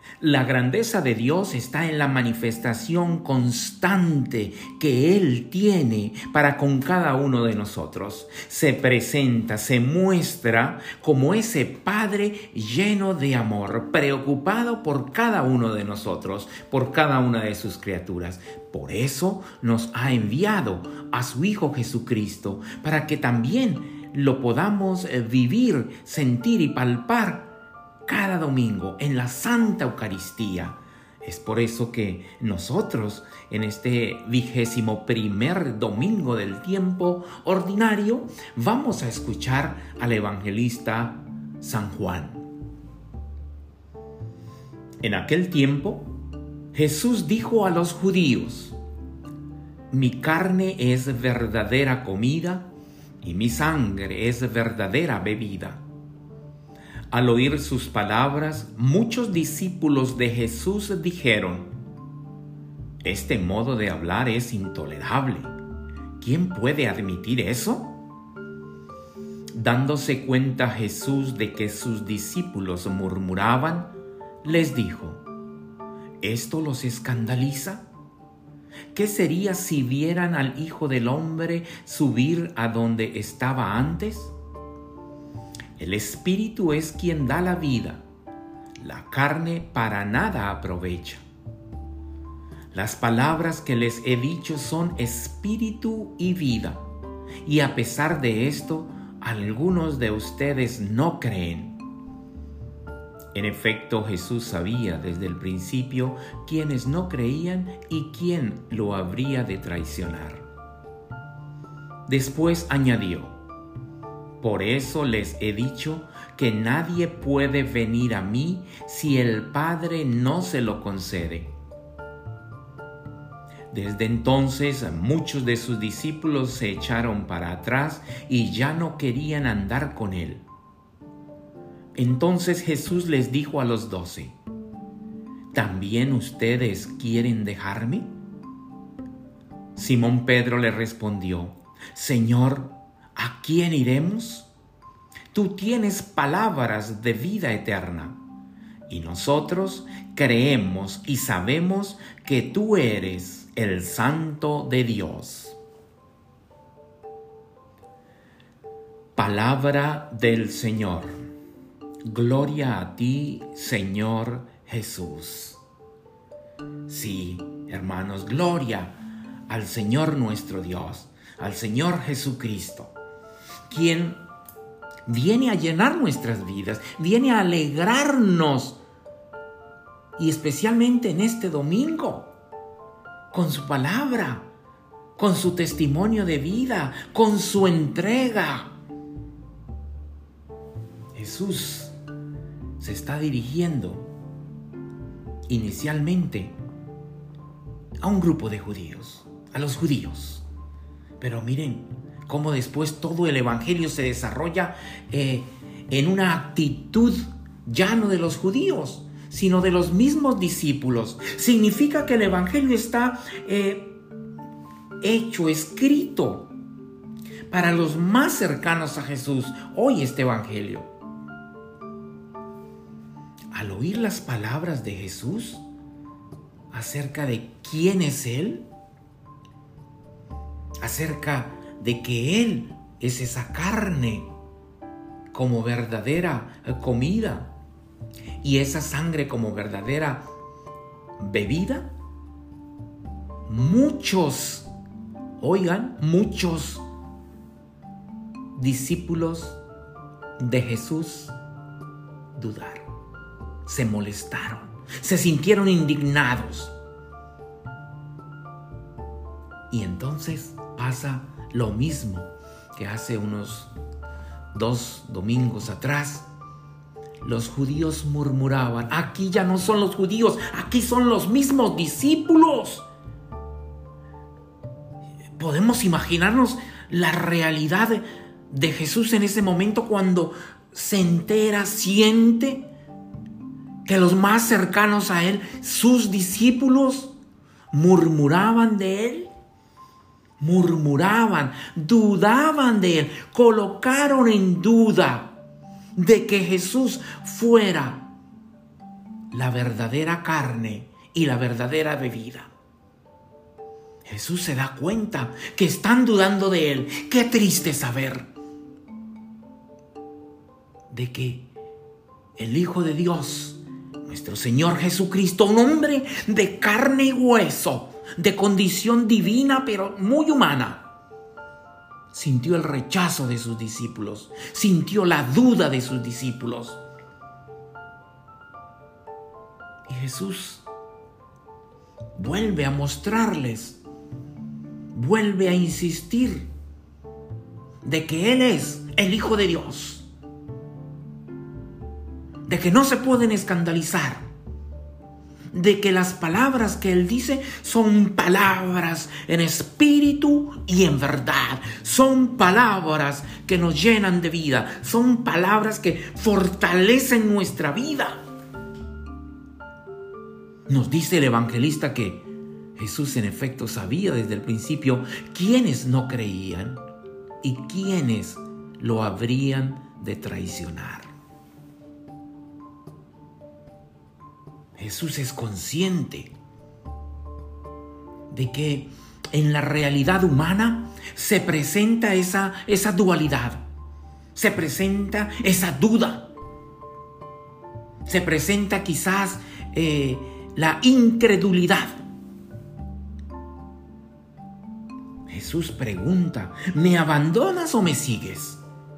La grandeza de Dios está en la manifestación constante que Él tiene para con cada uno de nosotros. Se presenta, se muestra como ese Padre lleno de amor, preocupado por cada uno de nosotros, por cada una de sus criaturas. Por eso nos ha enviado a su Hijo Jesucristo, para que también lo podamos vivir, sentir y palpar cada domingo en la Santa Eucaristía. Es por eso que nosotros en este 21º domingo del tiempo ordinario vamos a escuchar al evangelista San Juan. En aquel tiempo Jesús dijo a los judíos: mi carne es verdadera comida y mi sangre es verdadera bebida. Al oír sus palabras, muchos discípulos de Jesús dijeron: este modo de hablar es intolerable. ¿Quién puede admitir eso? Dándose cuenta Jesús de que sus discípulos murmuraban, les dijo: ¿esto los escandaliza? ¿Qué sería si vieran al Hijo del Hombre subir a donde estaba antes? El Espíritu es quien da la vida, la carne para nada aprovecha. Las palabras que les he dicho son espíritu y vida, y a pesar de esto, algunos de ustedes no creen. En efecto, Jesús sabía desde el principio quiénes no creían y quién lo habría de traicionar. Después añadió: por eso les he dicho que nadie puede venir a mí si el Padre no se lo concede. Desde entonces muchos de sus discípulos se echaron para atrás y ya no querían andar con él. Entonces Jesús les dijo a los 12: ¿también ustedes quieren dejarme? Simón Pedro le respondió: Señor, ¿a quién iremos? Tú tienes palabras de vida eterna, y nosotros creemos y sabemos que tú eres el Santo de Dios. Palabra del Señor. Gloria a ti, Señor Jesús. Sí, hermanos, gloria al Señor nuestro Dios, al Señor Jesucristo, quien viene a llenar nuestras vidas, viene a alegrarnos, y especialmente en este domingo, con su palabra, con su testimonio de vida, con su entrega. Jesús se está dirigiendo inicialmente a un grupo de judíos, a los judíos. Pero miren cómo después todo el evangelio se desarrolla en una actitud ya no de los judíos, sino de los mismos discípulos. Significa que el evangelio está hecho, escrito para los más cercanos a Jesús. Hoy este evangelio, al oír las palabras de Jesús acerca de quién es Él, acerca de que Él es esa carne como verdadera comida y esa sangre como verdadera bebida, muchos discípulos de Jesús dudaron, se molestaron, se sintieron indignados. Y entonces pasa lo mismo que hace unos 2 domingos atrás. Los judíos murmuraban: aquí ya no son los judíos, aquí son los mismos discípulos. Podemos imaginarnos la realidad de Jesús en ese momento, cuando se entera, siente que los más cercanos a Él, sus discípulos, murmuraban de Él. Murmuraban, dudaban de Él, colocaron en duda de que Jesús fuera la verdadera carne y la verdadera bebida. Jesús se da cuenta que están dudando de Él. Qué triste saber de que el Hijo de Dios, nuestro Señor Jesucristo, un hombre de carne y hueso, de condición divina pero muy humana, sintió el rechazo de sus discípulos, sintió la duda de sus discípulos. Y Jesús vuelve a mostrarles, vuelve a insistir de que Él es el Hijo de Dios, de que no se pueden escandalizar, de que las palabras que Él dice son palabras en espíritu y en verdad, son palabras que nos llenan de vida, son palabras que fortalecen nuestra vida. Nos dice el evangelista que Jesús en efecto sabía desde el principio quiénes no creían y quiénes lo habrían de traicionar. Jesús es consciente de que en la realidad humana se presenta esa dualidad, se presenta esa duda, se presenta quizás la incredulidad. Jesús pregunta: ¿me abandonas o me sigues?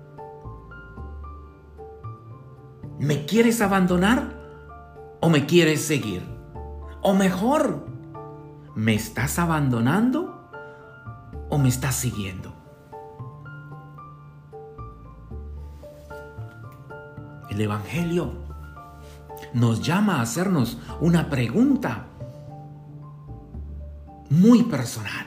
¿Me quieres abandonar o me quieres seguir? O mejor, ¿me estás abandonando o me estás siguiendo? El Evangelio nos llama a hacernos una pregunta muy personal.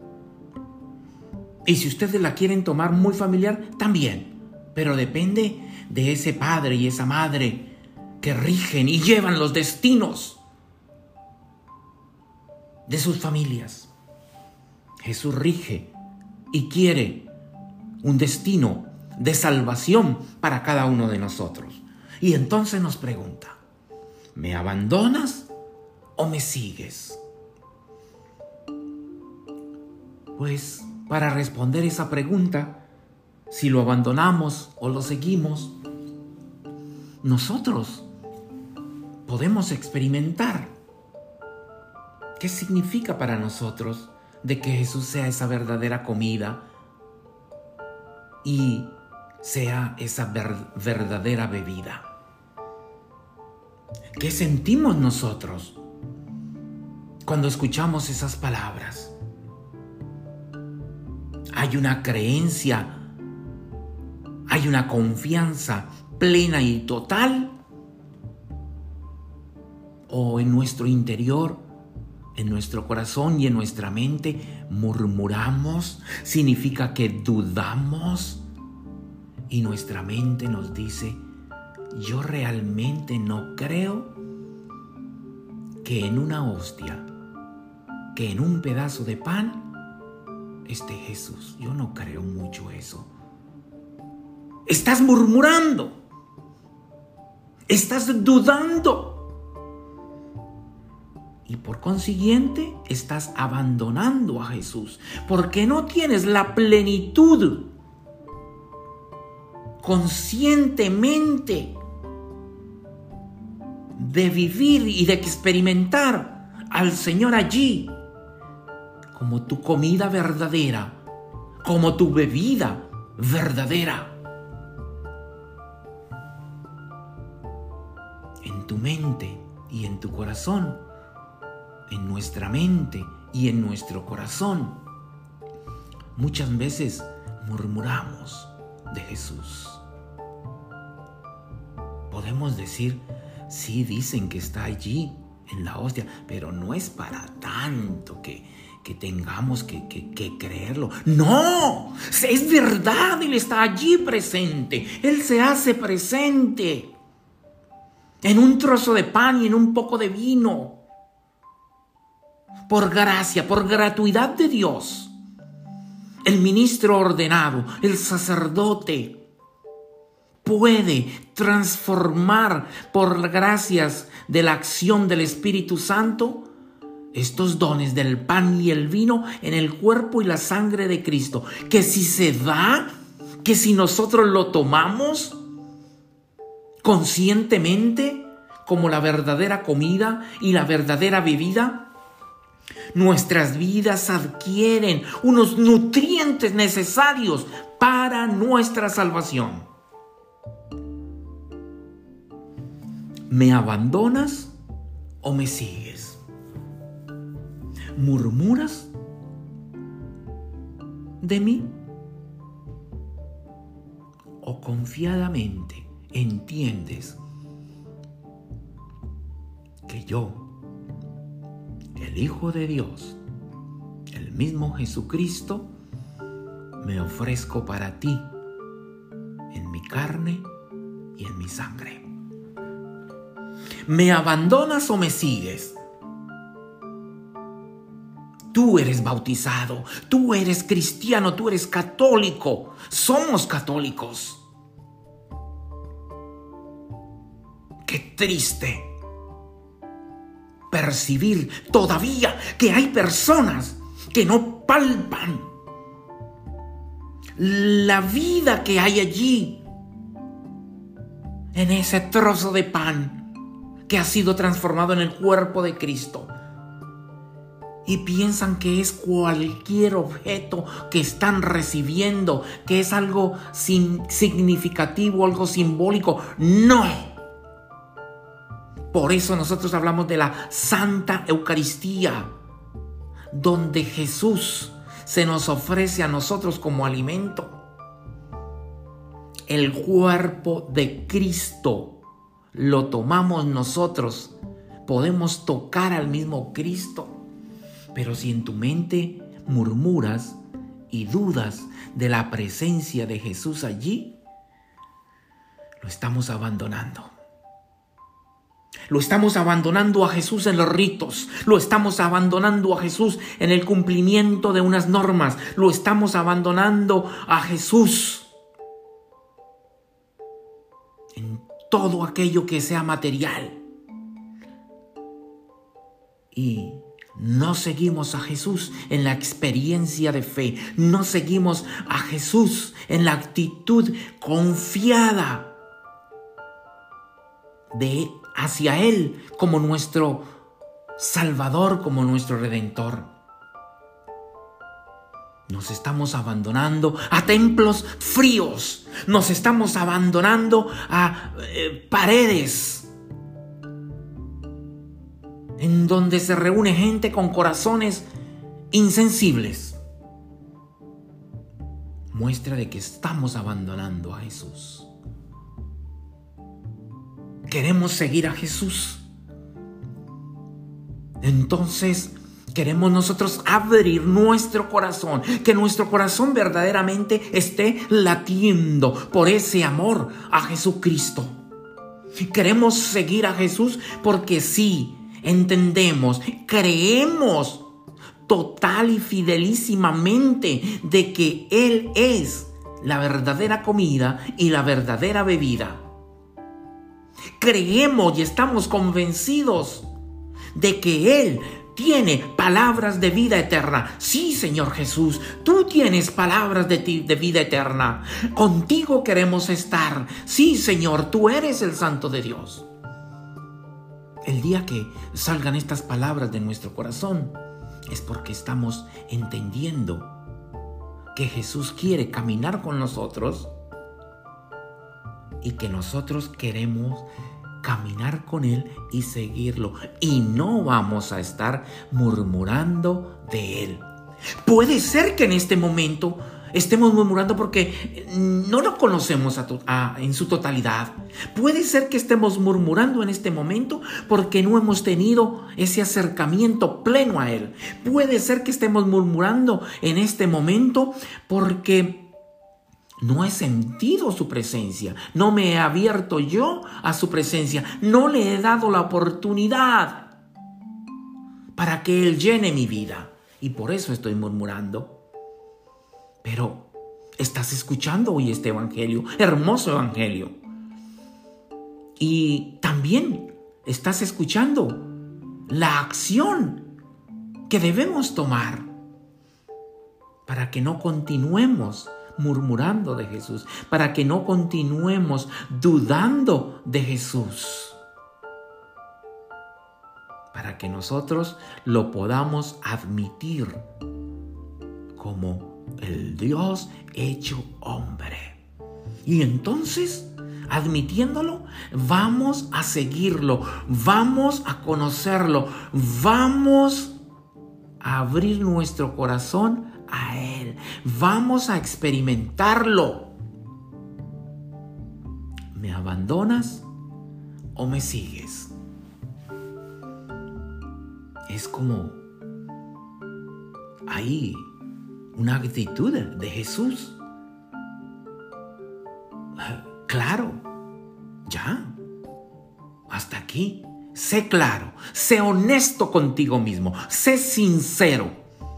Y si ustedes la quieren tomar muy familiar, también. Pero depende de ese padre y esa madre que rigen y llevan los destinos de sus familias. Jesús rige y quiere un destino de salvación para cada uno de nosotros. Y entonces nos pregunta: ¿me abandonas o me sigues? Pues para responder esa pregunta, si lo abandonamos o lo seguimos, nosotros podemos experimentar qué significa para nosotros de que Jesús sea esa verdadera comida y sea esa verdadera bebida. ¿Qué sentimos nosotros cuando escuchamos esas palabras? Hay una creencia, hay una confianza plena y total, o en nuestro interior, en nuestro corazón y en nuestra mente murmuramos. Significa que dudamos y nuestra mente nos dice: yo realmente no creo que en una hostia, que en un pedazo de pan esté Jesús. Yo no creo mucho eso. Estás murmurando, estás dudando y por consiguiente estás abandonando a Jesús, porque no tienes la plenitud conscientemente de vivir y de experimentar al Señor allí como tu comida verdadera, como tu bebida verdadera. En tu mente y en tu corazón, en nuestra mente y en nuestro corazón, muchas veces murmuramos de Jesús. Podemos decir: sí, dicen que está allí en la hostia, pero no es para tanto que tengamos que creerlo. ¡No! Es verdad, Él está allí presente. Él se hace presente en un trozo de pan y en un poco de vino. Por gracia, por gratuidad de Dios, el ministro ordenado, el sacerdote, puede transformar por gracias de la acción del Espíritu Santo estos dones del pan y el vino en el cuerpo y la sangre de Cristo, que si se da, que si nosotros lo tomamos conscientemente como la verdadera comida y la verdadera bebida, nuestras vidas adquieren unos nutrientes necesarios para nuestra salvación. ¿Me abandonas o me sigues? ¿Murmuras de mí? ¿O confiadamente entiendes que yo, el Hijo de Dios, el mismo Jesucristo, me ofrezco para ti en mi carne y en mi sangre? ¿Me abandonas o me sigues? Tú eres bautizado, tú eres cristiano, tú eres católico. Somos católicos. Qué triste percibir todavía que hay personas que no palpan la vida que hay allí, en ese trozo de pan que ha sido transformado en el cuerpo de Cristo, y piensan que es cualquier objeto que están recibiendo, que es algo significativo, algo simbólico. ¡No! Por eso nosotros hablamos de la Santa Eucaristía, donde Jesús se nos ofrece a nosotros como alimento. El cuerpo de Cristo lo tomamos nosotros. Podemos tocar al mismo Cristo. Pero si en tu mente murmuras y dudas de la presencia de Jesús allí, lo estamos abandonando. Lo estamos abandonando a Jesús en los ritos. Lo estamos abandonando a Jesús en el cumplimiento de unas normas. Lo estamos abandonando a Jesús en todo aquello que sea material. Y no seguimos a Jesús en la experiencia de fe. No seguimos a Jesús en la actitud confiada hacia Él como nuestro Salvador, como nuestro Redentor. Nos estamos abandonando a templos fríos. Nos estamos abandonando a paredes en donde se reúne gente con corazones insensibles. Muestra de que estamos abandonando a Jesús. Queremos seguir a Jesús. Entonces queremos nosotros abrir nuestro corazón, que nuestro corazón verdaderamente esté latiendo por ese amor a Jesucristo. Queremos seguir a Jesús porque sí, entendemos, creemos total y fidelísimamente de que Él es la verdadera comida y la verdadera bebida. Creemos y estamos convencidos de que Él tiene palabras de vida eterna. Sí, Señor Jesús, tú tienes palabras de vida eterna. Contigo queremos estar. Sí, Señor, tú eres el Santo de Dios. El día que salgan estas palabras de nuestro corazón es porque estamos entendiendo que Jesús quiere caminar con nosotros y que nosotros queremos caminar con Él y seguirlo. Y no vamos a estar murmurando de Él. Puede ser que en este momento estemos murmurando porque no lo conocemos en su totalidad. Puede ser que estemos murmurando en este momento porque no hemos tenido ese acercamiento pleno a Él. Puede ser que estemos murmurando en este momento porque no he sentido su presencia. No me he abierto yo a su presencia. No le he dado la oportunidad para que Él llene mi vida. Y por eso estoy murmurando. Pero Estás escuchando hoy este evangelio, hermoso evangelio. Y también estás escuchando la acción que debemos tomar para que no continuemos murmurando de Jesús, para que no continuemos dudando de Jesús, para que nosotros lo podamos admitir como el Dios hecho hombre. Y entonces, admitiéndolo, vamos a seguirlo, vamos a conocerlo, vamos a abrir nuestro corazón a Él, vamos a experimentarlo. ¿Me abandonas o me sigues? Es como ahí una actitud de Jesús. Claro, ya, hasta aquí. Sé claro, sé honesto contigo mismo, sé sincero.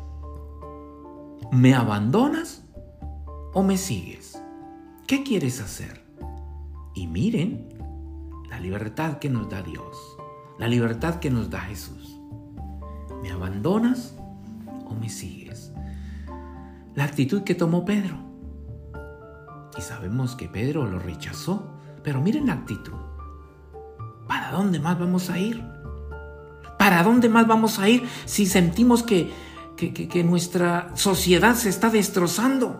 ¿Me abandonas o me sigues? ¿Qué quieres hacer? Y miren la libertad que nos da Dios, la libertad que nos da Jesús. ¿Me abandonas o me sigues? La actitud que tomó Pedro. Y sabemos que Pedro lo rechazó, pero miren la actitud. ¿Para dónde más vamos a ir? ¿Para dónde más vamos a ir si sentimos que nuestra sociedad se está destrozando?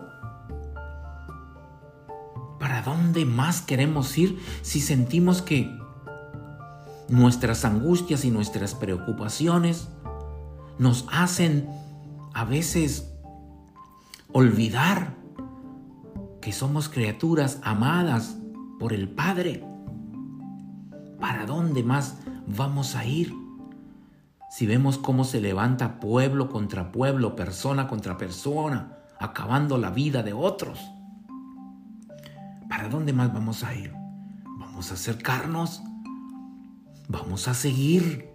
¿Para dónde más queremos ir si sentimos que nuestras angustias y nuestras preocupaciones nos hacen a veces olvidar que somos criaturas amadas por el Padre? ¿Para dónde más vamos a ir si vemos cómo se levanta pueblo contra pueblo, persona contra persona, acabando la vida de otros? ¿Para dónde más vamos a ir? ¿Vamos a acercarnos? ¿Vamos a seguir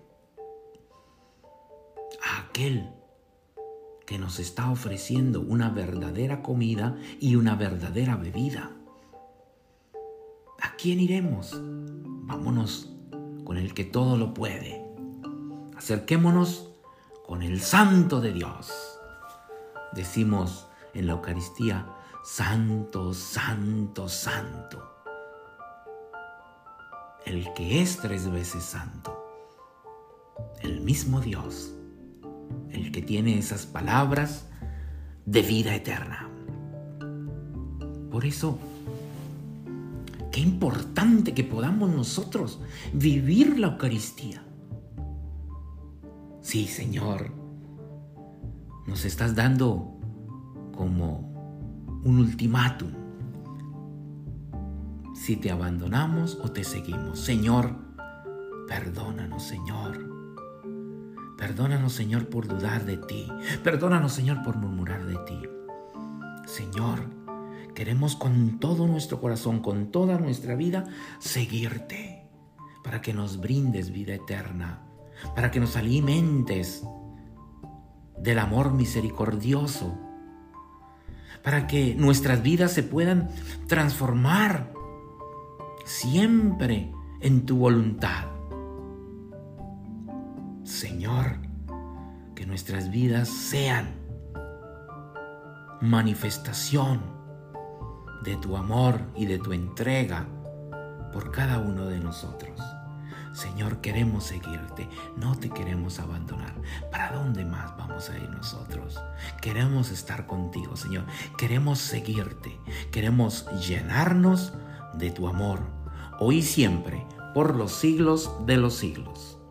a aquel que nos está ofreciendo una verdadera comida y una verdadera bebida? ¿A quién iremos? Vámonos con el que todo lo puede. Acerquémonos con el Santo de Dios. Decimos en la Eucaristía: Santo, Santo, Santo. El que es 3 veces santo. El mismo Dios. El que tiene esas palabras de vida eterna. Por eso, qué importante que podamos nosotros vivir la Eucaristía. Sí, Señor, nos estás dando como un ultimátum. Si te abandonamos o te seguimos. Señor, perdónanos, Señor. Perdónanos, Señor, por dudar de ti. Perdónanos, Señor, por murmurar de ti. Señor, queremos con todo nuestro corazón, con toda nuestra vida, seguirte, para que nos brindes vida eterna, para que nos alimentes del amor misericordioso, para que nuestras vidas se puedan transformar siempre en tu voluntad. Señor, que nuestras vidas sean manifestación de tu amor y de tu entrega por cada uno de nosotros. Señor, queremos seguirte, no te queremos abandonar. ¿Para dónde más vamos a ir nosotros? Queremos estar contigo, Señor. Queremos seguirte, queremos llenarnos de tu amor, hoy y siempre, por los siglos de los siglos.